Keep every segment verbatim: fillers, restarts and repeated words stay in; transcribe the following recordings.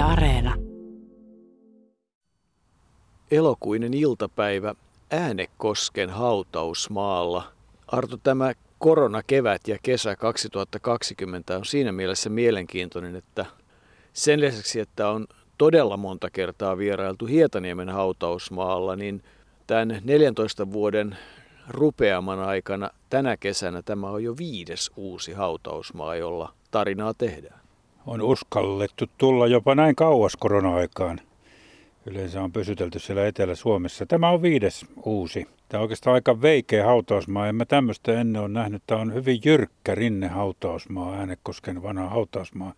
Areena. Elokuinen iltapäivä Äänekosken hautausmaalla. Arto, tämä koronakevät ja kesä kaksituhattakaksikymmentä on siinä mielessä mielenkiintoinen, että sen lisäksi, että on todella monta kertaa vierailtu Hietaniemen hautausmaalla, niin tämän neljäntoista vuoden rupeaman aikana tänä kesänä tämä on jo viides uusi hautausmaa, jolla tarinaa tehdään. On uskallettu tulla jopa näin kauas korona-aikaan. Yleensä on pysytelty siellä Etelä-Suomessa. Tämä on viides uusi. Tämä on oikeastaan aika veikeä hautausmaa. En mä tämmöistä ennen ole nähnyt. Tämä on hyvin jyrkkä rinne hautausmaa, Äänekosken vanha hautausmaa.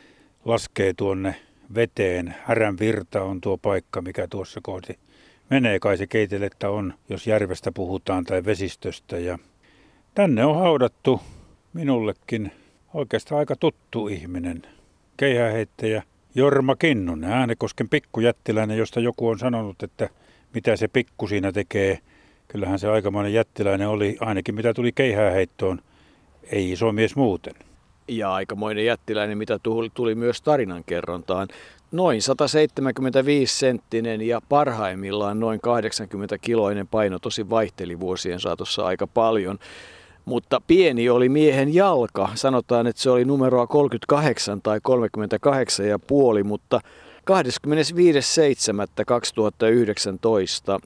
Laskee tuonne veteen. Härän virta on tuo paikka, mikä tuossa kohti menee. Kai se Keitelettä on, jos järvestä puhutaan tai vesistöstä. Ja tänne on haudattu minullekin oikeastaan aika tuttu ihminen. Keihääheittäjä Jorma Kinnunen, Äänekosken pikkujättiläinen, josta joku on sanonut, että mitä se pikku siinä tekee. Kyllähän se aikamoinen jättiläinen oli, ainakin mitä tuli keihääheittoon. Ei iso mies muuten. Ja aikamoinen jättiläinen, mitä tuli, tuli myös tarinankerrontaan. Noin sata seitsemänkymmentäviisi senttinen ja parhaimmillaan noin kahdeksankymmentä kiloinen paino, tosi vaihteli vuosien saatossa aika paljon. Mutta pieni oli miehen jalka. Sanotaan, että se oli numeroa kolmekymmentäkahdeksan tai kolmekymmentäkahdeksan ja puoli, mutta kahdeskymmenesviides seitsemättä kaksituhattayhdeksäntoista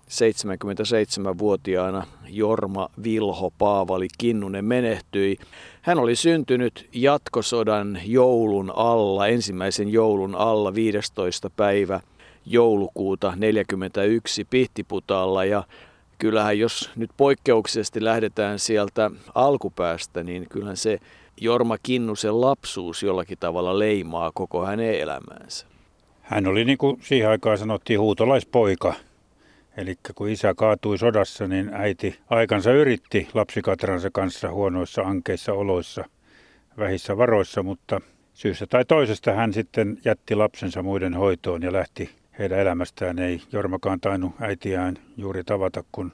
seitsemänkymmentäseitsemänvuotiaana Jorma Vilho Paavali Kinnunen menehtyi. Hän oli syntynyt jatkosodan joulun alla, ensimmäisen joulun alla viidestoista päivä joulukuuta neljäkymmentäyksi Pihtiputaalla, ja kyllähän jos nyt poikkeuksellisesti lähdetään sieltä alkupäästä, niin kyllähän se Jorma Kinnusen lapsuus jollakin tavalla leimaa koko hänen elämäänsä. Hän oli, niin kuin siihen aikaan sanottiin, huutolaispoika. Eli kun isä kaatui sodassa, niin äiti aikansa yritti lapsikatransa kanssa huonoissa ankeissa oloissa, vähissä varoissa, mutta syystä tai toisesta hän sitten jätti lapsensa muiden hoitoon ja lähti heidän elämästään. Ei Jormakaan tainnut äitiään juuri tavata, kun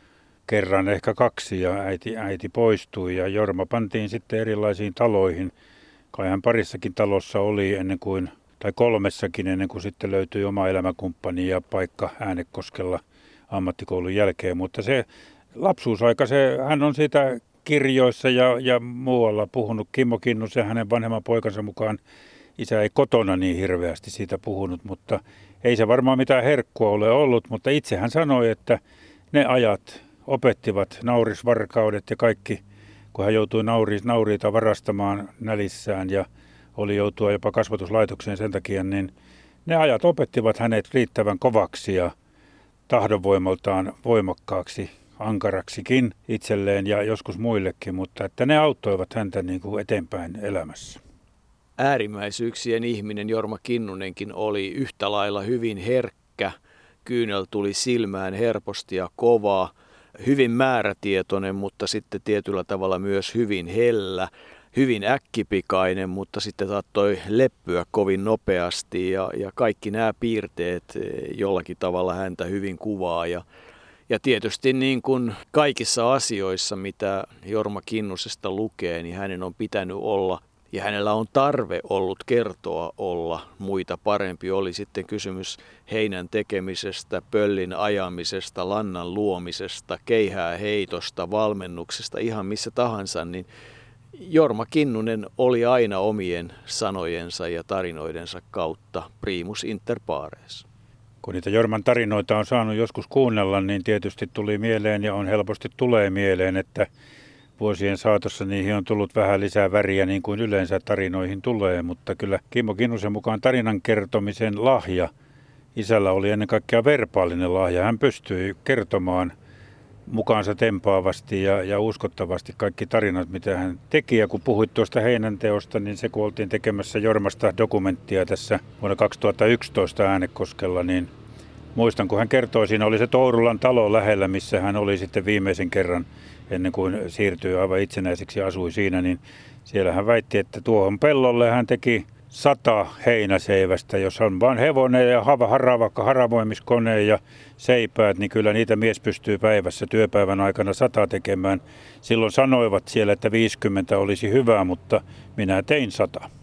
kerran ehkä kaksi, ja äiti, äiti poistui ja Jorma pantiin sitten erilaisiin taloihin. Kai hän parissakin talossa oli ennen kuin, tai kolmessakin ennen kuin sitten löytyi oma elämäkumppani ja paikka Äänekoskella ammattikoulun jälkeen. Mutta se lapsuusaika, se, hän on siitä kirjoissa ja, ja muualla puhunut. Kimmo Kinnusen, hänen vanhemman poikansa mukaan, isä ei kotona niin hirveästi siitä puhunut, mutta ei se varmaan mitään herkkua ole ollut. Mutta itse hän sanoi, että ne ajat opettivat naurisvarkaudet ja kaikki, kun hän joutui nauris, nauriita varastamaan nälissään ja oli joutua jopa kasvatuslaitokseen sen takia, niin ne ajat opettivat hänet riittävän kovaksi ja tahdonvoimaltaan voimakkaaksi, ankaraksikin itselleen ja joskus muillekin, mutta että ne auttoivat häntä niin kuin eteenpäin elämässä. Äärimmäisyyksien ihminen Jorma Kinnunenkin oli yhtä lailla hyvin herkkä, kyynel tuli silmään helposti ja kovaa, hyvin määrätietoinen, mutta sitten tietyllä tavalla myös hyvin hellä, hyvin äkkipikainen, mutta sitten saattoi leppyä kovin nopeasti ja, ja kaikki nämä piirteet jollakin tavalla häntä hyvin kuvaa. Ja, ja tietysti niin kuin kaikissa asioissa, mitä Jorma Kinnusesta lukee, niin hänen on pitänyt olla ja hänellä on tarve ollut kertoa olla muita parempi. Oli sitten kysymys heinän tekemisestä, pöllin ajamisesta, lannan luomisesta, keihää heitosta, valmennuksesta, ihan missä tahansa, niin Jorma Kinnunen oli aina omien sanojensa ja tarinoidensa kautta primus inter pares. Kun niitä Jorman tarinoita on saanut joskus kuunnella, niin tietysti tuli mieleen ja on helposti tulee mieleen, että vuosien saatossa niihin on tullut vähän lisää väriä niin kuin yleensä tarinoihin tulee, mutta kyllä Kimmo Kinnusen mukaan tarinan kertomisen lahja isällä oli ennen kaikkea verbaalinen lahja. Hän pystyi kertomaan mukaansa tempaavasti ja, ja uskottavasti kaikki tarinat, mitä hän teki. Ja kun puhuit tuosta heinänteosta, niin se kun oltiin tekemässä Jormasta dokumenttia tässä vuonna kaksituhattayksitoista Äänekoskella, niin muistan, kun hän kertoi, siinä oli se Tourulan talo lähellä, missä hän oli sitten viimeisen kerran ennen kuin siirtyi aivan itsenäiseksi ja asui siinä, niin siellä hän väitti, että tuohon pellolle hän teki sata heinäseivästä, jos on vain hevonen ja haravakka, haravoimiskone ja seipäät, niin kyllä niitä mies pystyy päivässä työpäivän aikana sata tekemään. Silloin sanoivat siellä, että viisikymmentä olisi hyvä, mutta minä tein sata.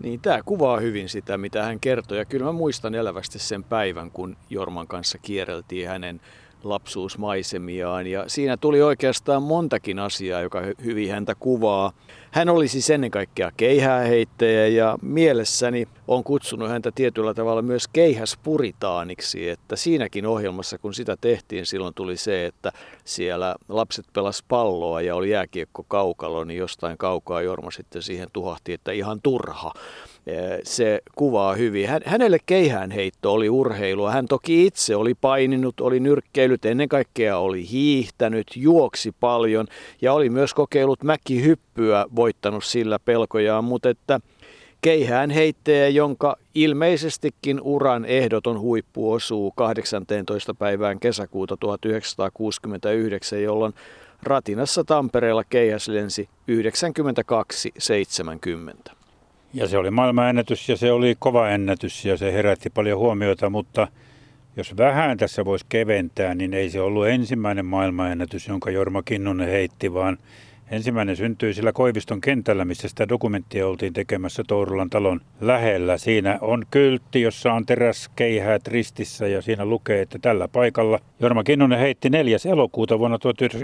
Niin, tämä kuvaa hyvin sitä, mitä hän kertoi. Ja kyllä mä muistan elävästi sen päivän, kun Jorman kanssa kierreltiin hänen lapsuusmaisemiaan. Ja siinä tuli oikeastaan montakin asiaa, joka hyvin häntä kuvaa. Hän oli siis ennen kaikkea keihääheittäjä ja mielessäni on kutsunut häntä tietyllä tavalla myös keihäspuritaaniksi. Että siinäkin ohjelmassa, kun sitä tehtiin, silloin tuli se, että siellä lapset pelas palloa ja oli jääkiekko kaukalo, niin jostain kaukaa Jorma sitten siihen tuhahti, että ihan turha. Se kuvaa hyvin. Hänelle keihäänheitto oli urheilua. Hän toki itse oli paininut, oli nyrkkeilyt, ennen kaikkea oli hiihtänyt, juoksi paljon ja oli myös kokeillut mäkihyppyä, voittanut sillä pelkojaan, mutta että keihäänheittäjä, jonka ilmeisestikin uran ehdoton huippu osuu kahdeksanteentoista päivään kesäkuuta tuhatyhdeksänsataakuusikymmentäyhdeksän, jolloin Ratinassa Tampereella keihäs lensi yhdeksänkymmentäkaksi seitsemänkymmentä. Ja se oli maailmanennätys ja se oli kova ennätys ja se herätti paljon huomiota, mutta jos vähän tässä voisi keventää, niin ei se ollut ensimmäinen maailmanennätys, jonka Jorma Kinnunen heitti, vaan ensimmäinen syntyi sillä Koiviston kentällä, missä sitä dokumenttia oltiin tekemässä Tourulan talon lähellä. Siinä on kyltti, jossa on teräskeihäät ristissä ja siinä lukee, että tällä paikalla Jorma Kinnunen heitti neljäs elokuuta vuonna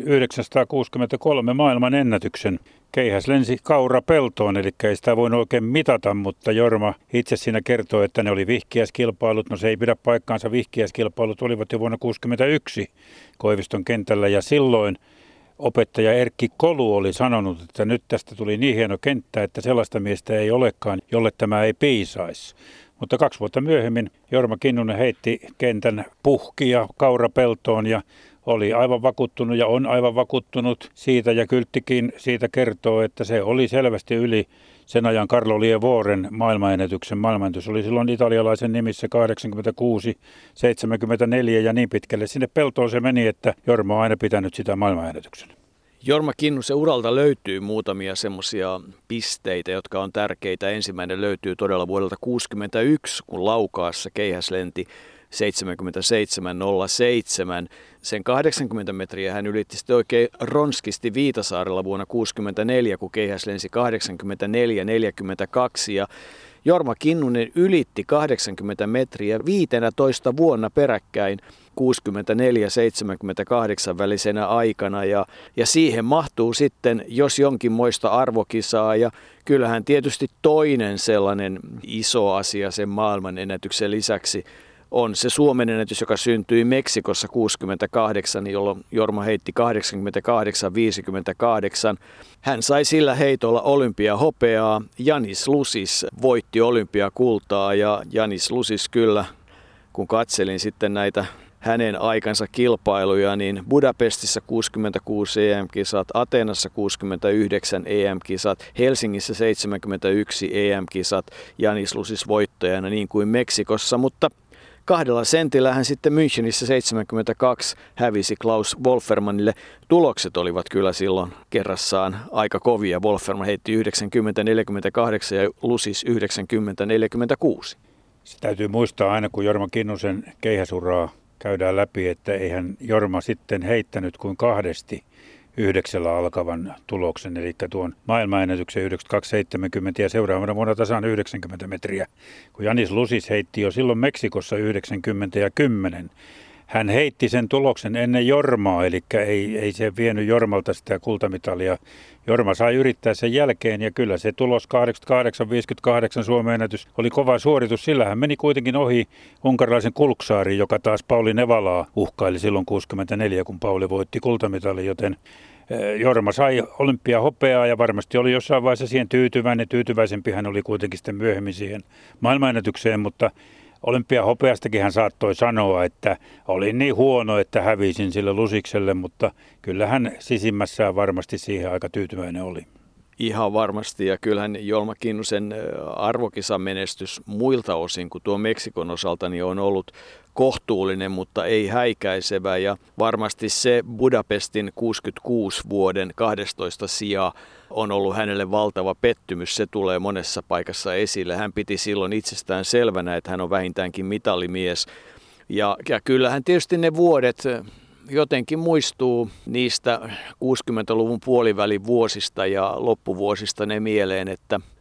tuhatyhdeksänsataakuusikymmentäkolme maailman ennätyksen. Keihäs lensi kaurapeltoon, eli ei sitä voinut oikein mitata, mutta Jorma itse siinä kertoo, että ne oli vihkiäiskilpailut. No se ei pidä paikkaansa, vihkiäiskilpailut olivat jo vuonna tuhatyhdeksänsataakuusikymmentäyksi Koiviston kentällä ja silloin opettaja Erkki Kolu oli sanonut, että nyt tästä tuli niin hieno kenttä, että sellaista miestä ei olekaan, jolle tämä ei piisaisi. Mutta kaksi vuotta myöhemmin Jorma Kinnunen heitti kentän puhkia kaurapeltoon ja oli aivan vakuuttunut ja on aivan vakuuttunut siitä ja kylttikin siitä kertoo, että se oli selvästi yli sen ajan Carlo Lievoren maailmanennätyksen. Maailmanennätys oli silloin italialaisen nimissä kahdeksankymmentäkuusi seitsemänkymmentäneljä ja niin pitkälle sinne peltoon se meni, että Jorma on aina pitänyt sitä maailmanennätyksen. Jorma Kinnusen uralta löytyy muutamia semmoisia pisteitä, jotka on tärkeitä. Ensimmäinen löytyy todella vuodelta tuhatyhdeksänsataakuusikymmentäyksi, kun Laukaassa keihäs lenti seitsemänkymmentäseitsemän nolla seitsemän. Sen kahdeksankymmentä metriä hän ylitti sitten oikein ronskisti Viitasaarella vuonna tuhatyhdeksänsataakuusikymmentäneljä, kun keihäs lensi kahdeksankymmentäneljä neljäkymmentäkaksi ja Jorma Kinnunen ylitti kahdeksankymmentä metriä viisitoista vuonna peräkkäin kuusikymmentäneljä seitsemänkymmentäkahdeksan välisenä aikana ja, ja siihen mahtuu sitten jos jonkinmoista arvokisaa ja kyllähän tietysti toinen sellainen iso asia sen maailmanennätyksen lisäksi on se Suomen ennätys, joka syntyi Meksikossa kuusikymmentäkahdeksan, jolloin Jorma heitti kahdeksankymmentäkahdeksan viisikymmentäkahdeksan. Hän sai sillä heitolla olympiahopeaa. Janis Lusis voitti olympiakultaa ja Janis Lusis kyllä, kun katselin sitten näitä hänen aikansa kilpailuja, niin Budapestissa kuusikymmentäkuusi E M-kisat, Ateenassa kuusikymmentäyhdeksän E M-kisat, Helsingissä seitsemänkymmentäyksi E M-kisat, Janis Lusis voittajana niin kuin Meksikossa, mutta kahdella sentillä hän sitten Münchenissä seitsemänkymmentäkaksi hävisi Klaus Wolfermanille. Tulokset olivat kyllä silloin kerrassaan aika kovia. Wolferman heitti yhdeksänkymmentä neljäkymmentäkahdeksan ja Lusis yhdeksänkymmentä neljäkymmentäkuusi. Se täytyy muistaa aina, kun Jorma Kinnusen keihäsuraa käydään läpi, että eihän Jorma sitten heittänyt kuin kahdesti yhdeksällä alkavan tuloksen, eli tuon maailmanennätyksen yhdeksänkymmentäkaksi seitsemänkymmentä ja seuraavana vuonna tasan yhdeksänkymmentä metriä, kun Janis Lusis heitti jo silloin Meksikossa yhdeksänkymmentä ja kymmenen. Hän heitti sen tuloksen ennen Jormaa, eli ei, ei se vienyt Jormalta sitä kultamitalia. Jorma sai yrittää sen jälkeen ja kyllä se tulos kahdeksankymmentäkahdeksan viisikymmentäkahdeksan Suomen ennätys oli kova suoritus. Sillä hän meni kuitenkin ohi unkarilaisen Kulksaari, joka taas Pauli Nevalaa uhkaili silloin kuusikymmentäneljä, kun Pauli voitti kultamitali, joten Jorma sai olympiahopeaa ja varmasti oli jossain vaiheessa siihen tyytyväinen. Tyytyväisempi hän oli kuitenkin sitten myöhemmin siihen maailmanennätykseen, mutta olympiahopeastakin hän saattoi sanoa, että oli niin huono, että hävisin sille Lusikselle, mutta kyllä hän sisimmässään varmasti siihen aika tyytyväinen oli. Ihan varmasti ja kyllähän Jorma Kinnusen arvokisamenestys muilta osin kuin tuo Meksikon osalta niin on ollut kohtuullinen, mutta ei häikäisevä ja varmasti se Budapestin kuusikymmentäkuusi vuoden kahdestoista sija on ollut hänelle valtava pettymys. Se tulee monessa paikassa esille. Hän piti silloin itsestään selvänä, että hän on vähintäänkin mitalimies ja, ja kyllähän tietysti ne vuodet jotenkin muistuu niistä kuusikymmentäluvun puolivälin vuosista ja loppuvuosista ne mieleen, että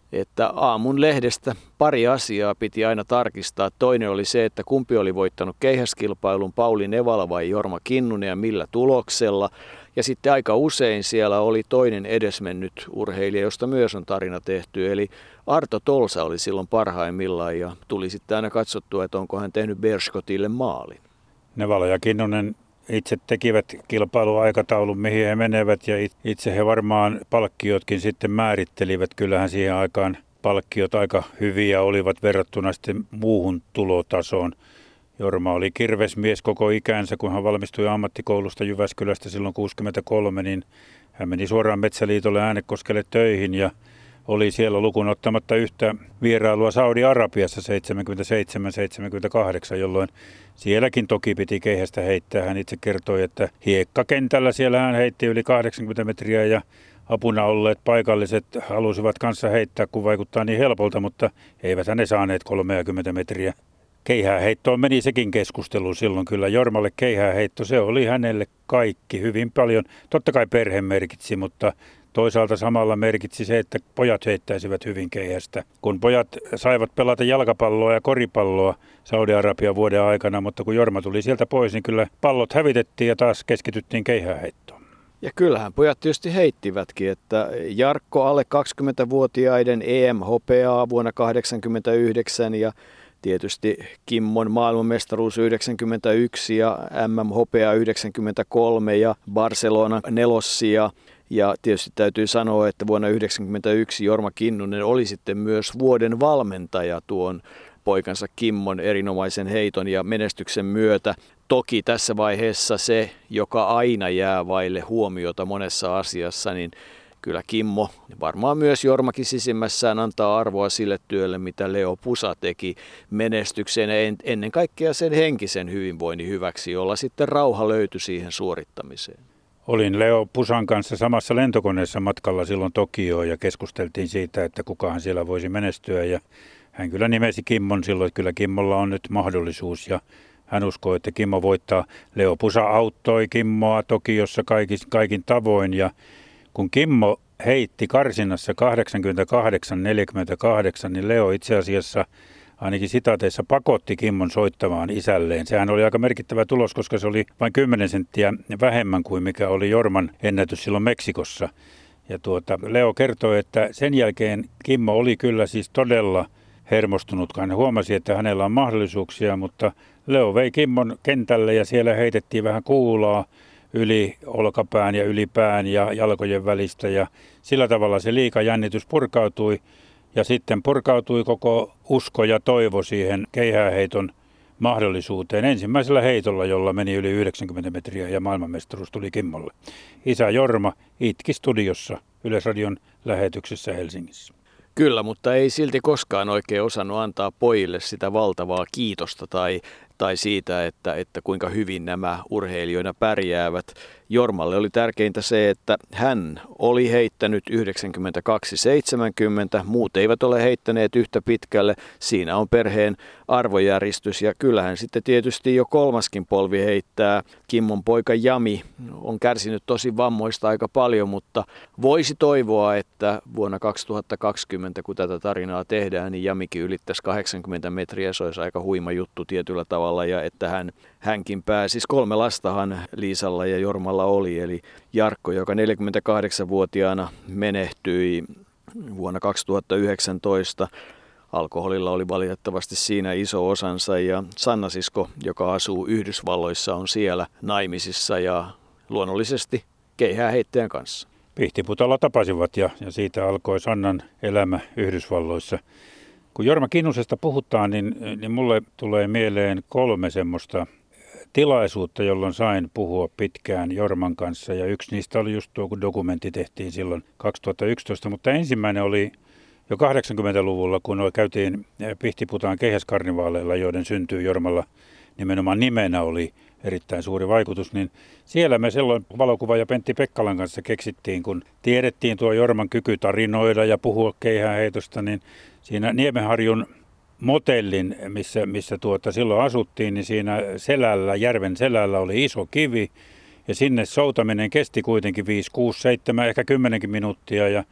että aamun lehdestä pari asiaa piti aina tarkistaa. Toinen oli se, että kumpi oli voittanut keihäskilpailun, Pauli Nevala vai Jorma Kinnunen ja millä tuloksella. Ja sitten aika usein siellä oli toinen edesmennyt urheilija, josta myös on tarina tehty. Eli Arto Tolsa oli silloin parhaimmillaan ja tuli sitten aina katsottua, että onko hän tehnyt Berskotille maalin. Nevala ja Kinnunen itse tekivät kilpailuaikataulun, mihin he menevät, ja itse he varmaan palkkiotkin sitten määrittelivät. Kyllähän siihen aikaan palkkiot aika hyviä olivat verrattuna sitten muuhun tulotasoon. Jorma oli kirvesmies koko ikänsä, kun hän valmistui ammattikoulusta Jyväskylästä silloin kuusikymmentäkolme, niin hän meni suoraan Metsäliitolle Äänekoskelle töihin ja oli siellä lukuun ottamatta yhtä vierailua Saudi-Arabiassa seitsemänkymmentäseitsemän seitsemänkymmentäkahdeksan, jolloin sielläkin toki piti keihästä heittää. Hän itse kertoi, että hiekkakentällä siellä hän heitti yli kahdeksankymmentä metriä ja apuna olleet paikalliset halusivat kanssa heittää, kun vaikuttaa niin helpolta, mutta eivät ne saaneet kolmekymmentä metriä. Keihääheittoon meni sekin keskustelu silloin kyllä. Jormalle keihääheitto, se oli hänelle kaikki hyvin paljon. Totta kai perhe merkitsi, mutta toisaalta samalla merkitsi se, että pojat heittäisivät hyvin keihästä. Kun pojat saivat pelata jalkapalloa ja koripalloa Saudi-Arabian vuoden aikana, mutta kun Jorma tuli sieltä pois, niin kyllä pallot hävitettiin ja taas keskityttiin keihääheittoon. Ja kyllähän pojat tietysti heittivätkin, että Jarkko alle kaksikymmentävuotiaiden E M-hopeaa vuonna kahdeksankymmentäyhdeksän ja tietysti Kimmon maailmanmestaruus yhdeksänkymmentäyksi ja M M-hopea yhdeksänkymmentäkolme ja Barcelona nelossia. Ja tietysti täytyy sanoa, että vuonna yhdeksänkymmentäyksi Jorma Kinnunen oli sitten myös vuoden valmentaja tuon poikansa Kimmon erinomaisen heiton ja menestyksen myötä. Toki tässä vaiheessa se, joka aina jää vaille huomiota monessa asiassa, niin kyllä Kimmo, varmaan myös Jormakin sisimmässään antaa arvoa sille työlle, mitä Leo Pusa teki menestykseen ja ennen kaikkea sen henkisen hyvinvoinnin hyväksi, jolla sitten rauha löytyi siihen suorittamiseen. Olin Leo Pusan kanssa samassa lentokoneessa matkalla silloin Tokioon ja keskusteltiin siitä, että kukahan siellä voisi menestyä. Ja hän kyllä nimesi Kimmon silloin, että kyllä Kimmolla on nyt mahdollisuus ja hän uskoi, että Kimmo voittaa. Leo Pusa auttoi Kimmoa Tokiossa kaikin, kaikin tavoin ja kun Kimmo heitti karsinnassa kahdeksankymmentäkahdeksan neljäkymmentäkahdeksan, niin Leo itse asiassa ainakin sitaateissa pakotti Kimmon soittamaan isälleen. Sehän oli aika merkittävä tulos, koska se oli vain kymmenen senttiä vähemmän kuin mikä oli Jorman ennätys silloin Meksikossa. Ja tuota, Leo kertoi, että sen jälkeen Kimmo oli kyllä siis todella hermostunut. Hän huomasi, että hänellä on mahdollisuuksia, mutta Leo vei Kimmon kentälle ja siellä heitettiin vähän kuulaa yli olkapään ja ylipään ja jalkojen välistä. Ja sillä tavalla se liikajännitys purkautui. Ja sitten purkautui koko usko ja toivo siihen keihääheiton mahdollisuuteen ensimmäisellä heitolla, jolla meni yli yhdeksänkymmentä metriä ja maailmanmestaruus tuli Kimmolle. Isä Jorma itki studiossa Yleisradion lähetyksessä Helsingissä. Kyllä, mutta ei silti koskaan oikein osannut antaa pojille sitä valtavaa kiitosta tai, tai siitä, että, että kuinka hyvin nämä urheilijoina pärjäävät. Jormalle oli tärkeintä se, että hän oli heittänyt yhdeksänkymmentäkaksi seitsemänkymmentä, muut eivät ole heittäneet yhtä pitkälle. Siinä on perheen arvojärjestys ja kyllähän sitten tietysti jo kolmaskin polvi heittää. Kimmon poika Jami on kärsinyt tosi vammoista aika paljon, mutta voisi toivoa, että vuonna kaksituhattakaksikymmentä, kun tätä tarinaa tehdään, niin Jamikin ylittäisi kahdeksankymmentä metriä. Se olisi aika huima juttu tietyllä tavalla ja että hän, hänkin pääsisi. Kolme lastahan Liisalla ja Jormalla oli, eli Jarkko, joka neljäkymmentäkahdeksanvuotiaana menehtyi vuonna kaksituhattayhdeksäntoista. Alkoholilla oli valitettavasti siinä iso osansa ja Sanna sisko, joka asuu Yhdysvalloissa, on siellä naimisissa ja luonnollisesti keihääheittäjän kanssa. Pihtiputalla tapasivat ja, ja siitä alkoi Sannan elämä Yhdysvalloissa. Kun Jorma Kinnusesta puhutaan, niin, niin mulle tulee mieleen kolme semmoista tilaisuutta, jolloin sain puhua pitkään Jorman kanssa. Ja yksi niistä oli just tuo, kun dokumentti tehtiin silloin kaksituhattayksitoista, mutta ensimmäinen oli jo kahdeksankymmentäluvulla, kun käytiin Pihtiputaan keihäskarnivaaleilla, joiden syntyy Jormalla nimenomaan nimenä oli erittäin suuri vaikutus, niin siellä me silloin valokuvaaja Pentti Pekkalan kanssa keksittiin, kun tiedettiin tuo Jorman kyky tarinoida ja puhua keihääheitosta, niin siinä Niemenharjun motellin, missä, missä tuota silloin asuttiin, niin siinä selällä, järven selällä oli iso kivi ja sinne soutaminen kesti kuitenkin viisi, kuusi, seitsemän, ehkä kymmenenkin minuuttia ja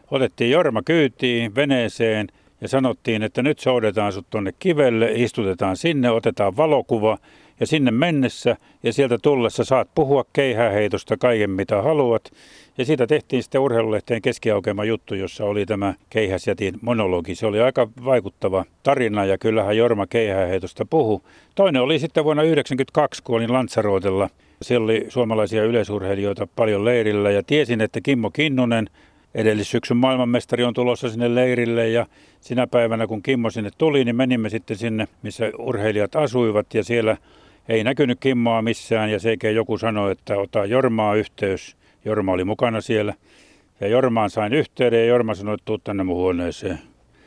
Otettiin Jorma kyytiin veneeseen ja sanottiin, että nyt soudetaan sut tuonne kivelle, istutetaan sinne, otetaan valokuva ja sinne mennessä ja sieltä tullessa saat puhua keihääheitosta kaiken mitä haluat. Ja siitä tehtiin sitten urheilulehteen keskiaukeama juttu, jossa oli tämä keihäsjätin monologi. Se oli aika vaikuttava tarina ja kyllähän Jorma keihääheitosta puhui. Toinen oli sitten vuonna yhdeksänkymmentäkaksi, kun olin Lantzarotella. Siellä oli suomalaisia yleisurheilijoita paljon leirillä ja tiesin, että Kimmo Kinnunen, edellissyksyn maailmanmestari, on tulossa sinne leirille ja sinä päivänä kun Kimmo sinne tuli, niin menimme sitten sinne, missä urheilijat asuivat ja siellä ei näkynyt Kimmoa missään ja sekä joku sanoi, että ota Jormaa yhteys. Jorma oli mukana siellä ja Jormaan sain yhteyden ja Jorma sanoi, että tuu tänne mun huoneeseen.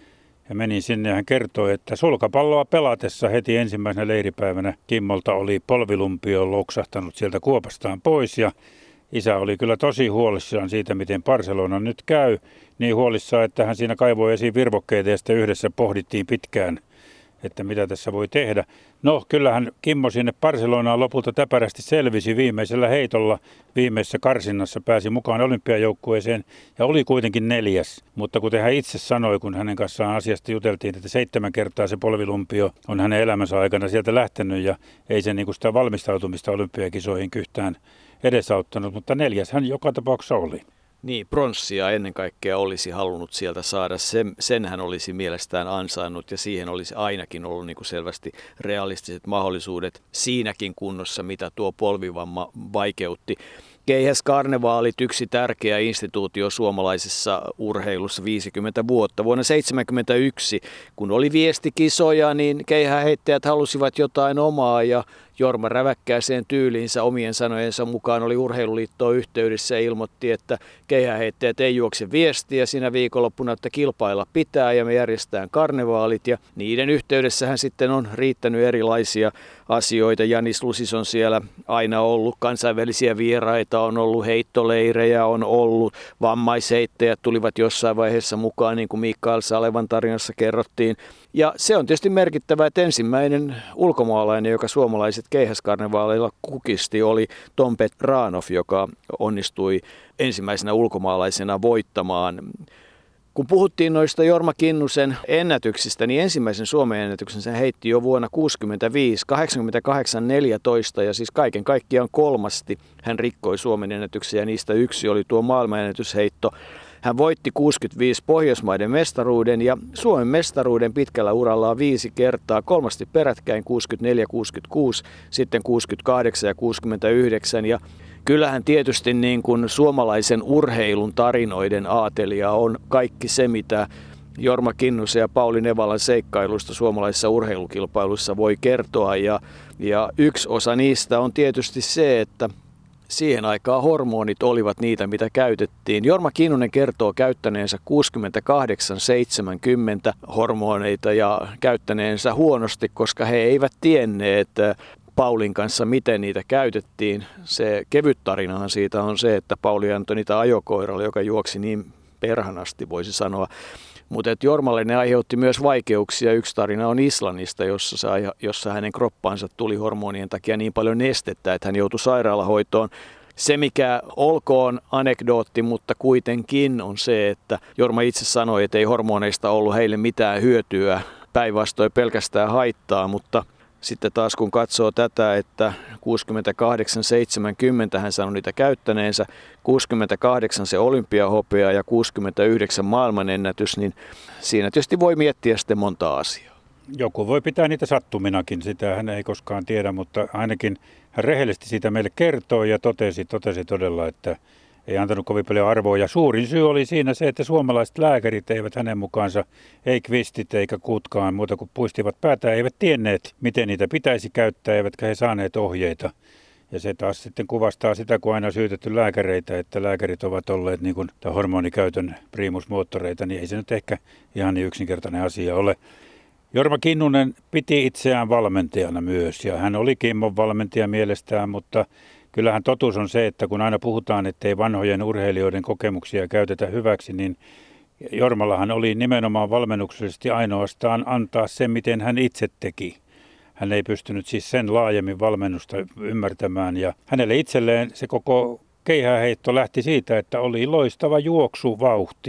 Ja menin sinne ja hän kertoi, että sulkapalloa pelatessa heti ensimmäisenä leiripäivänä Kimmolta oli polvilumpio loksahtanut sieltä kuopastaan pois ja isä oli kyllä tosi huolissaan siitä, miten Barcelona nyt käy. Niin huolissaan, että hän siinä kaivoi esiin virvokkeita ja sitten yhdessä pohdittiin pitkään, että mitä tässä voi tehdä. No kyllähän Kimmo sinne Barcelonaan lopulta täpärästi selvisi viimeisellä heitolla. Viimeisessä karsinnassa pääsi mukaan olympiajoukkueeseen ja oli kuitenkin neljäs. Mutta kuten hän itse sanoi, kun hänen kanssaan asiasta juteltiin, että seitsemän kertaa se polvilumpio on hänen elämänsä aikana sieltä lähtenyt ja ei se niin kuin sitä valmistautumista olympiakisoihin yhtään edesauttanut, mutta neljäs hän joka tapauksessa oli. Niin, pronssia ennen kaikkea olisi halunnut sieltä saada, sen, sen hän olisi mielestään ansainnut ja siihen olisi ainakin ollut niin kuin selvästi realistiset mahdollisuudet siinäkin kunnossa, mitä tuo polvivamma vaikeutti. Keihäskarnevaalit, yksi tärkeä instituutio suomalaisessa urheilussa viisikymmentä vuotta. Vuonna tuhatyhdeksänsataaseitsemänkymmentäyksi, kun oli viestikisoja, niin keihäheittäjät halusivat jotain omaa ja Jorma räväkkääseen tyyliinsä omien sanojensa mukaan oli Urheiluliittoon yhteydessä ja ilmoitti, että keihäheittäjät ei juokse viestiä sinä viikonloppuna, että kilpailla pitää ja me järjestetään karnevaalit ja niiden yhteydessähän sitten on riittänyt erilaisia asioita. Janis Lusis on siellä aina ollut, kansainvälisiä vieraita on ollut, heittoleirejä on ollut, vammaisheittäjät tulivat jossain vaiheessa mukaan, niin kuin Mikael Salevan tarinassa kerrottiin. Ja se on tietysti merkittävää, että ensimmäinen ulkomaalainen, joka suomalaiset keihäskarnevaaleilla kukisti, oli Tom Petranov, joka onnistui ensimmäisenä ulkomaalaisena voittamaan. Kun puhuttiin noista Jorma Kinnusen ennätyksistä, niin ensimmäisen Suomen ennätyksen se heitti jo vuonna tuhatyhdeksänsataakuusikymmentäviisi, kahdeksankymmentäkahdeksan neljätoista ja siis kaiken kaikkiaan kolmasti hän rikkoi Suomen ennätyksiä ja niistä yksi oli tuo maailmanennätysheitto. Hän voitti kuusikymmentäviisi Pohjoismaiden mestaruuden ja Suomen mestaruuden pitkällä urallaan viisi kertaa, kolmasti perätkäin kuusikymmentäneljä kuusikymmentäkuusi, sitten kuusikymmentäkahdeksan ja kuusikymmentäyhdeksän. Ja kyllähän tietysti niin kuin suomalaisen urheilun tarinoiden aatelia on kaikki se, mitä Jorma Kinnusen ja Pauli Nevalan seikkailuista suomalaisissa urheilukilpailuissa voi kertoa. Ja, ja yksi osa niistä on tietysti se, että siihen aikaan hormonit olivat niitä, mitä käytettiin. Jorma Kinnunen kertoo käyttäneensä kuusikymmentäkahdeksan seitsemänkymmentä hormoneita ja käyttäneensä huonosti, koska he eivät tienneet Paulin kanssa, miten niitä käytettiin. Se kevyt tarinahan siitä on se, että Pauli antoi niitä ajokoiralle, joka juoksi niin perhanasti, voisi sanoa. Mutta Jormalle ne aiheutti myös vaikeuksia. Yksi tarina on Islannista, jossa, se, jossa hänen kroppaansa tuli hormonien takia niin paljon nestettä, että hän joutui sairaalahoitoon. Se, mikä olkoon anekdootti, mutta kuitenkin on se, että Jorma itse sanoi, että ei hormoneista ollut heille mitään hyötyä, päinvastoin pelkästään haittaa, mutta sitten taas kun katsoo tätä, että kuusikymmentäkahdeksan seitsemänkymmentä hän sanoi niitä käyttäneensä, kuusikymmentäkahdeksan se olympiahopea ja kuusikymmentäyhdeksän maailmanennätys, niin siinä tietysti voi miettiä sitten monta asiaa. Joku voi pitää niitä sattuminakin, sitä hän ei koskaan tiedä, mutta ainakin hän rehellisesti siitä meille kertoi ja totesi, totesi todella, että ei antanut kovin paljon arvoa. Ja suurin syy oli siinä se, että suomalaiset lääkärit eivät hänen mukaansa, ei kvistit eikä kuutkaan muuta kuin puistivat päätään, eivät tienneet, miten niitä pitäisi käyttää, eivätkä he saaneet ohjeita. Ja se taas sitten kuvastaa sitä, kun aina on syytetty lääkäreitä, että lääkärit ovat olleet niin kuin hormonikäytön priimusmoottoreita, niin ei se nyt ehkä ihan niin yksinkertainen asia ole. Jorma Kinnunen piti itseään valmentajana myös ja hän oli Kimmon valmentaja mielestään, mutta kyllähän totuus on se, että kun aina puhutaan, ettei vanhojen urheilijoiden kokemuksia käytetä hyväksi, niin Jormallahan oli nimenomaan valmennuksellisesti ainoastaan antaa se, miten hän itse teki. Hän ei pystynyt siis sen laajemmin valmennusta ymmärtämään ja hänelle itselleen se koko keihääheitto lähti siitä, että oli loistava juoksuvauhti.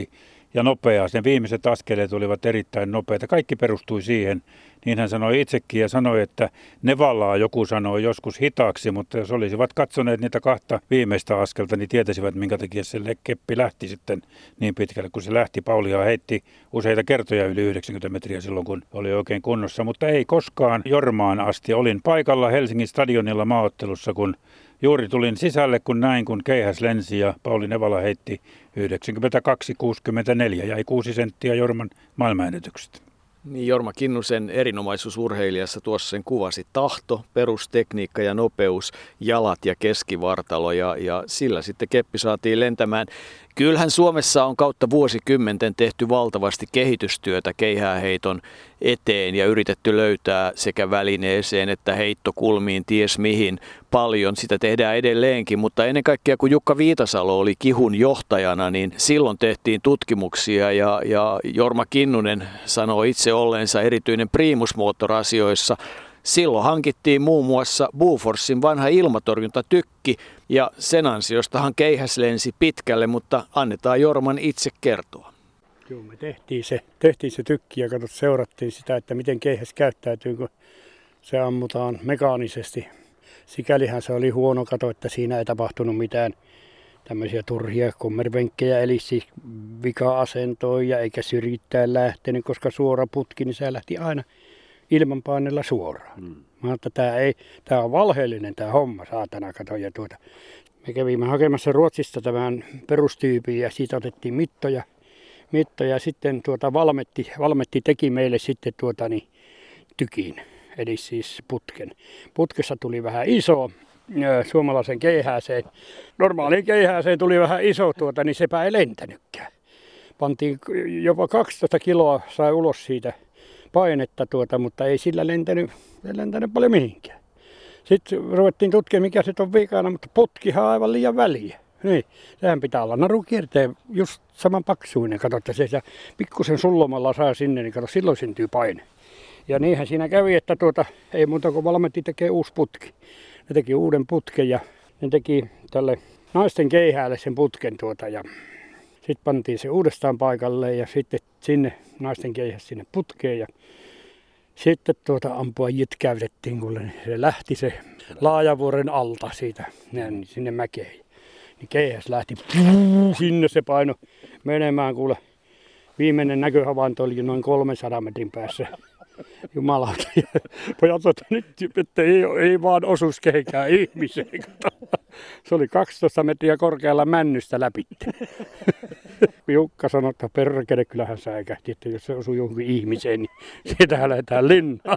ja nopeaa. Sen viimeiset askeleet olivat erittäin nopeita. Kaikki perustui siihen. Niin hän sanoi itsekin ja sanoi, että Nevallaa joku sanoi joskus hitaaksi, mutta jos olisivat katsoneet niitä kahta viimeistä askelta, niin tietäisivät, minkä takia se keppi lähti sitten niin pitkälle, kun se lähti. Paulihan heitti useita kertoja yli yhdeksänkymmentä metriä silloin, kun oli oikein kunnossa, mutta ei koskaan Jormaan asti. Olin paikalla Helsingin stadionilla maaottelussa, kun juuri tulin sisälle, kun näin, kun keihäs lensi ja Pauli Nevala heitti yhdeksänkymmentäkaksi kuusikymmentäneljä, jäi kuusi senttiä Jorman maailmanennätyksestä. Niin Jorma Kinnusen erinomaisuus urheilijassa tuossa sen kuvasi: tahto, perustekniikka ja nopeus, jalat ja keskivartalo, ja, ja sillä sitten keppi saatiin lentämään. Kyllähän Suomessa on kautta vuosikymmenten tehty valtavasti kehitystyötä keihääheiton eteen ja yritetty löytää sekä välineeseen että heittokulmiin ties mihin paljon. Sitä tehdään edelleenkin, mutta ennen kaikkea kun Jukka Viitasalo oli Kihun johtajana, niin silloin tehtiin tutkimuksia ja, ja Jorma Kinnunen sanoi itse olleensa erityinen priimusmoottor-asioissa. Silloin hankittiin muun muassa Boforsin vanha ilmatorjuntatykki ja sen ansiostahan keihäs lensi pitkälle, mutta annetaan Jorman itse kertoa. Joo, me tehtiin se, tehtiin se tykki ja katsot, seurattiin sitä, että miten keihäs käyttäytyy, kun se ammutaan mekaanisesti. Sikälihän se oli huono kato, että siinä ei tapahtunut mitään tämmöisiä turhia kommervenkkejä, eli siis vika-asentoja eikä syrjittäin lähtenyt, koska suora putki, niin se lähti aina ilmanpainella suoraan. Hmm. Mä että tämä ei, tämä on valheellinen tämä homma, saatana kato. Ja tuota, me kävimme hakemassa Ruotsista tämän perustyypin ja siitä otettiin mittoja. mittoja. Sitten tuota Valmetti, Valmetti teki meille sitten tuota niin, tykin, eli siis putken. Putkessa tuli vähän iso suomalaisen keihääseen. Normaaliin keihääseen tuli vähän iso, tuota, niin sepä ei lentänytkään. Pantiin jopa kaksitoista kiloa, sai ulos siitä painetta, tuota, mutta ei sillä lentänyt, ei lentänyt paljon mihinkään. Sitten ruvettiin tutkimaan, mikä se on vikana, mutta putkihan on aivan liian väliä. Niin, sehän pitää olla narukierteen just saman paksuinen. Kato, että se pikkusen sullomalla saa sinne, niin kato, silloin syntyy paine. Ja niinhän siinä kävi, että tuota, ei muuta kuin Valmetti tekee uusi putki. Ne teki uuden putken ja ne teki tälle naisten keihäälle sen putken tuota ja sitten pantiin se uudestaan paikalle ja sitten sinne naisten keihäs sinne putkeen ja sitten tuota ampuajit käytettiin, kun se lähti se Laajavuoren alta siitä näin, sinne mäkeen. Niin keihäs lähti, puu, sinne se paino menemään, kuule. Viimeinen näköhavainto oli noin kolmensadan metrin päässä. Jumalauta. Pojat, että nyt että ei, ei vaan osuisi kehenkään ihmiseen. Se oli kaksitoista metriä korkealla männystä läpi. Jukka sanoi, että perkele, kyllähän säikähti, että jos se osui johonkin ihmiseen, niin siitä lähdetään linnaan.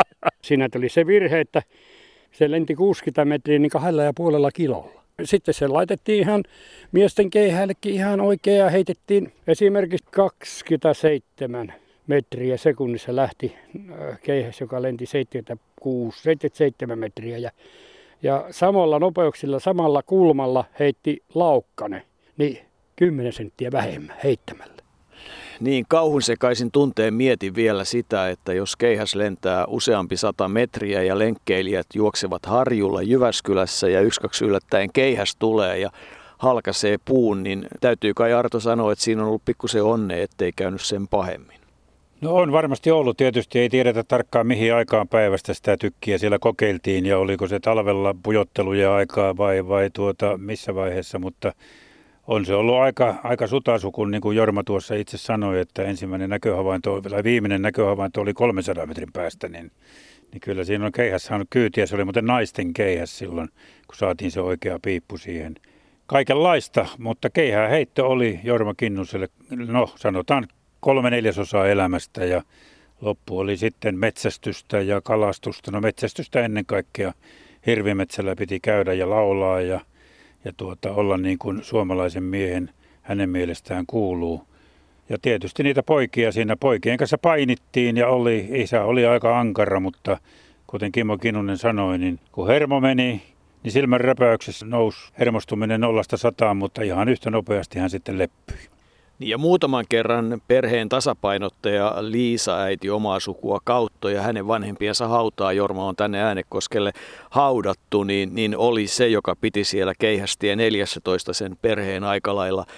Siinä tuli se virhe, että se lenti kuusikymmentä metriä niin kahdella ja puolella kilolla. Sitten se laitettiin ihan miesten keihäällekin ihan oikein ja heitettiin esimerkiksi kaksikymmentäseitsemän metriä sekunnissa lähti keihäs, joka lenti seitsemänkymmentäkuusi seitsemänkymmentäseitsemän metriä ja, ja samalla nopeuksilla, samalla kulmalla heitti Laukkanen, niin kymmenen senttiä vähemmän heittämällä. Niin, kauhun sekaisin tunteen mietin vielä sitä, että jos keihäs lentää useampi sata metriä ja lenkkeilijät juoksevat harjulla Jyväskylässä ja yksi kaksi yllättäen keihäs tulee ja halkaisee puun, niin täytyy kai Arto sanoa, että siinä on ollut pikkusen onne, ettei käynyt sen pahemmin. No on varmasti ollut. Tietysti ei tiedetä tarkkaan mihin aikaan päivästä sitä tykkiä siellä kokeiltiin ja oliko se talvella pujotteluja aikaa vai, vai tuota, missä vaiheessa, mutta on se ollut aika, aika sutaisu, kun niin kuin Jorma tuossa itse sanoi, että ensimmäinen näköhavainto, tai viimeinen näköhavainto oli kolmensadan metrin päästä, niin, niin kyllä siinä on keihäs saanut kyytiä. Se oli muuten naisten keihäs silloin, kun saatiin se oikea piippu siihen. Kaikenlaista, mutta keihää heitto oli Jorma Kinnuselle, no sanotaan kolme neljäsosaa elämästä ja loppu oli sitten metsästystä ja kalastusta. No metsästystä ennen kaikkea hirvimetsällä piti käydä ja laulaa ja ja tuota, olla niin kuin suomalaisen miehen hänen mielestään kuuluu. Ja tietysti niitä poikia siinä poikien kanssa painittiin ja oli, isä oli aika ankara, mutta kuten Kimmo Kinnunen sanoi, niin kun hermo meni, niin silmän räpäyksessä nousi hermostuminen nollasta sataan, mutta ihan yhtä nopeasti hän sitten leppyi. Ja muutaman kerran perheen tasapainottaja Liisa, äiti omaa sukua Kautto ja hänen vanhempiensa hautaa, Jorma on tänne Äänekoskelle haudattu, niin, niin oli se, joka piti siellä Keihästie neljätoista sen perheen aikalailla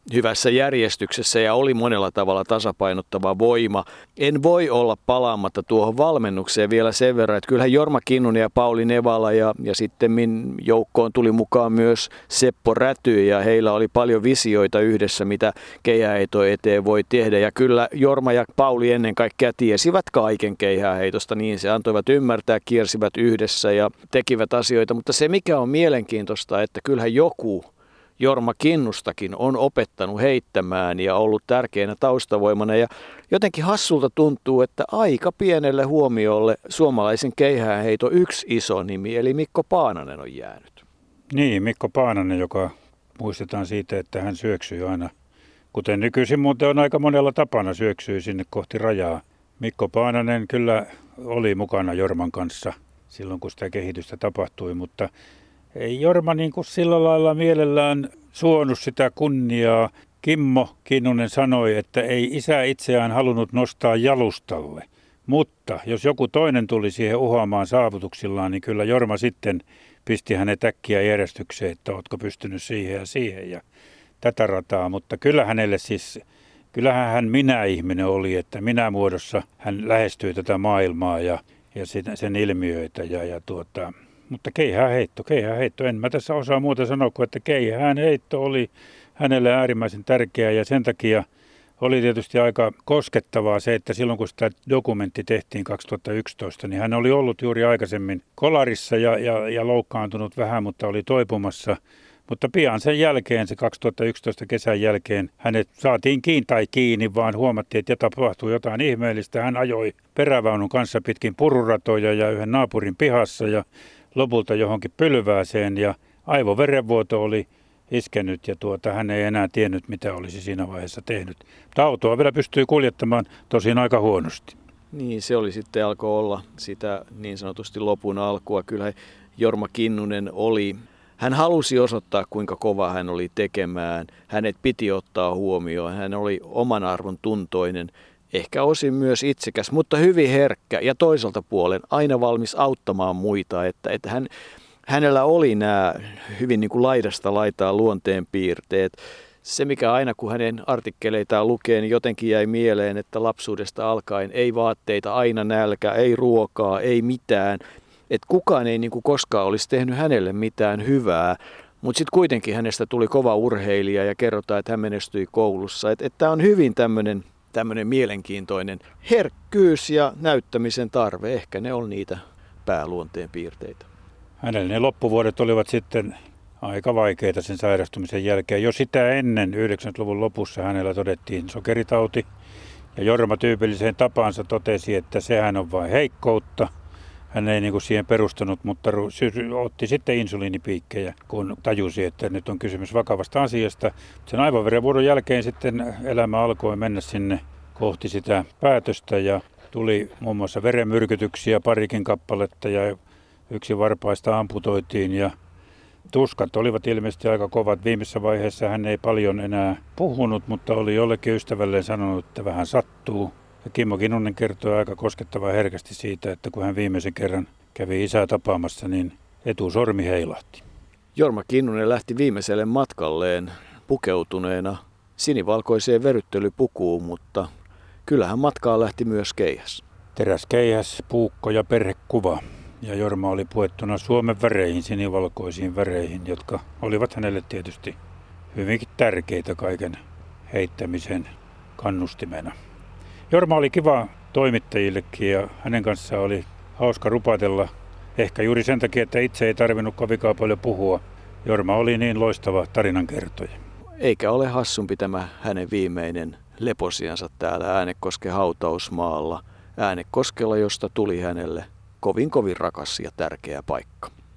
hyvässä järjestyksessä ja oli monella tavalla tasapainottava voima. En voi olla palaamatta tuohon valmennukseen vielä sen verran, että kyllähän Jorma Kinnunen ja Pauli Nevala ja, ja sitten joukkoon tuli mukaan myös Seppo Räty ja heillä oli paljon visioita yhdessä, mitä keihäänheito eteen voi tehdä. Ja kyllä Jorma ja Pauli ennen kaikkea tiesivät kaiken keihäänheitosta, niin se antoivat ymmärtää, kiersivät yhdessä ja tekivät asioita. Mutta se mikä on mielenkiintoista, että kyllähän joku Jorma Kinnustakin on opettanut heittämään ja ollut tärkeänä taustavoimana ja jotenkin hassulta tuntuu, että aika pienelle huomiolle suomalaisen keihäänheiton yksi iso nimi eli Mikko Paananen on jäänyt. Niin, Mikko Paananen, joka muistetaan siitä, että hän syöksyi aina, kuten nykyisin muuten on aika monella tapana syöksyi sinne kohti rajaa. Mikko Paananen kyllä oli mukana Jorman kanssa silloin, kun sitä kehitystä tapahtui, mutta ei Jorma niin kuin sillä lailla mielellään suonut sitä kunniaa. Kimmo Kinnunen sanoi, että ei isä itseään halunnut nostaa jalustalle, mutta jos joku toinen tuli siihen uhoamaan saavutuksillaan, niin kyllä Jorma sitten pisti hänet äkkiä järjestykseen, että ootko pystynyt siihen ja siihen ja tätä rataa. Mutta kyllä hänelle siis, kyllähän hän minä-ihminen oli, että minä-muodossa hän lähestyi tätä maailmaa ja, ja sen ilmiöitä ja, ja tuota... Mutta keihäänheitto, keihäänheitto. En mä tässä osaa muuta sanoa kuin, että keihäänheitto oli hänelle äärimmäisen tärkeä ja sen takia oli tietysti aika koskettavaa se, että silloin kun sitä dokumentti tehtiin kaksituhattayksitoista, niin hän oli ollut juuri aikaisemmin kolarissa ja, ja, ja loukkaantunut vähän, mutta oli toipumassa. Mutta pian sen jälkeen, se kaksituhattayksitoista kesän jälkeen, hänet saatiin kiinni tai kiinni, vaan huomattiin, että tapahtui jotain ihmeellistä. Hän ajoi perävaunun kanssa pitkin pururatoja ja yhden naapurin pihassa ja lopulta johonkin pylvääseen ja aivoverenvuoto oli iskenyt ja tuota, hän ei enää tiennyt, mitä olisi siinä vaiheessa tehnyt. Mutta autoa vielä pystyi kuljettamaan tosin aika huonosti. Niin, se oli sitten alkoi olla sitä niin sanotusti lopun alkua. Kyllä Jorma Kinnunen oli, hän halusi osoittaa kuinka kova hän oli tekemään. Hänet piti ottaa huomioon. Hän oli oman arvon tuntoinen. Ehkä osin myös itsekäs, mutta hyvin herkkä ja toiselta puolen aina valmis auttamaan muita, että, että hän, hänellä oli nämä hyvin niin kuin laidasta laitaa luonteen piirteet. Se mikä aina kun hänen artikkeleitaan lukee, niin jotenkin jäi mieleen, että lapsuudesta alkaen ei vaatteita, aina nälkä, ei ruokaa, ei mitään. Että kukaan ei niin kuin koskaan olisi tehnyt hänelle mitään hyvää, mutta sitten kuitenkin hänestä tuli kova urheilija ja kerrotaan, että hän menestyi koulussa. Että, että tämä on hyvin tämmöinen... Tämmöinen mielenkiintoinen herkkyys ja näyttämisen tarve, ehkä ne on niitä pääluonteen piirteitä. Hänelle ne loppuvuodet olivat sitten aika vaikeita sen sairastumisen jälkeen. Jo sitä ennen yhdeksänkymmentäluvun lopussa hänellä todettiin sokeritauti ja Jorma tyypilliseen tapaansa totesi, että sehän on vain heikkoutta. Hän ei niin kuin siihen perustanut, mutta otti sitten insuliinipiikkejä, kun tajusi, että nyt on kysymys vakavasta asiasta. Sen aivoverenvuodon jälkeen sitten elämä alkoi mennä sinne kohti sitä päätöstä ja tuli muun muassa verenmyrkytyksiä parikin kappaletta ja yksi varpaista amputoitiin ja tuskat olivat ilmeisesti aika kovat. Viimeisessä vaiheessa hän ei paljon enää puhunut, mutta oli jollekin ystävälleen sanonut, että vähän sattuu. Ja Kimmo Kinnunen kertoi aika koskettavaa herkästi siitä, että kun hän viimeisen kerran kävi isää tapaamassa, niin etusormi heilahti. Jorma Kinnunen lähti viimeiselle matkalleen pukeutuneena sinivalkoiseen veryttelypukuun, mutta kyllähän matkaan lähti myös keihäs. Teräskeihäs, puukko ja perhekuva. Ja Jorma oli puettuna Suomen väreihin, sinivalkoisiin väreihin, jotka olivat hänelle tietysti hyvinkin tärkeitä kaiken heittämisen kannustimena. Jorma oli kiva toimittajillekin ja hänen kanssaan oli hauska rupatella. Ehkä juuri sen takia, että itse ei tarvinnut kovinkaan paljon puhua. Jorma oli niin loistava tarinankertoja. Eikä ole hassumpi tämä hänen viimeinen leposiansa täällä Äänekosken hautausmaalla. Äänekoskella, josta tuli hänelle kovin kovin rakas ja tärkeä paikka.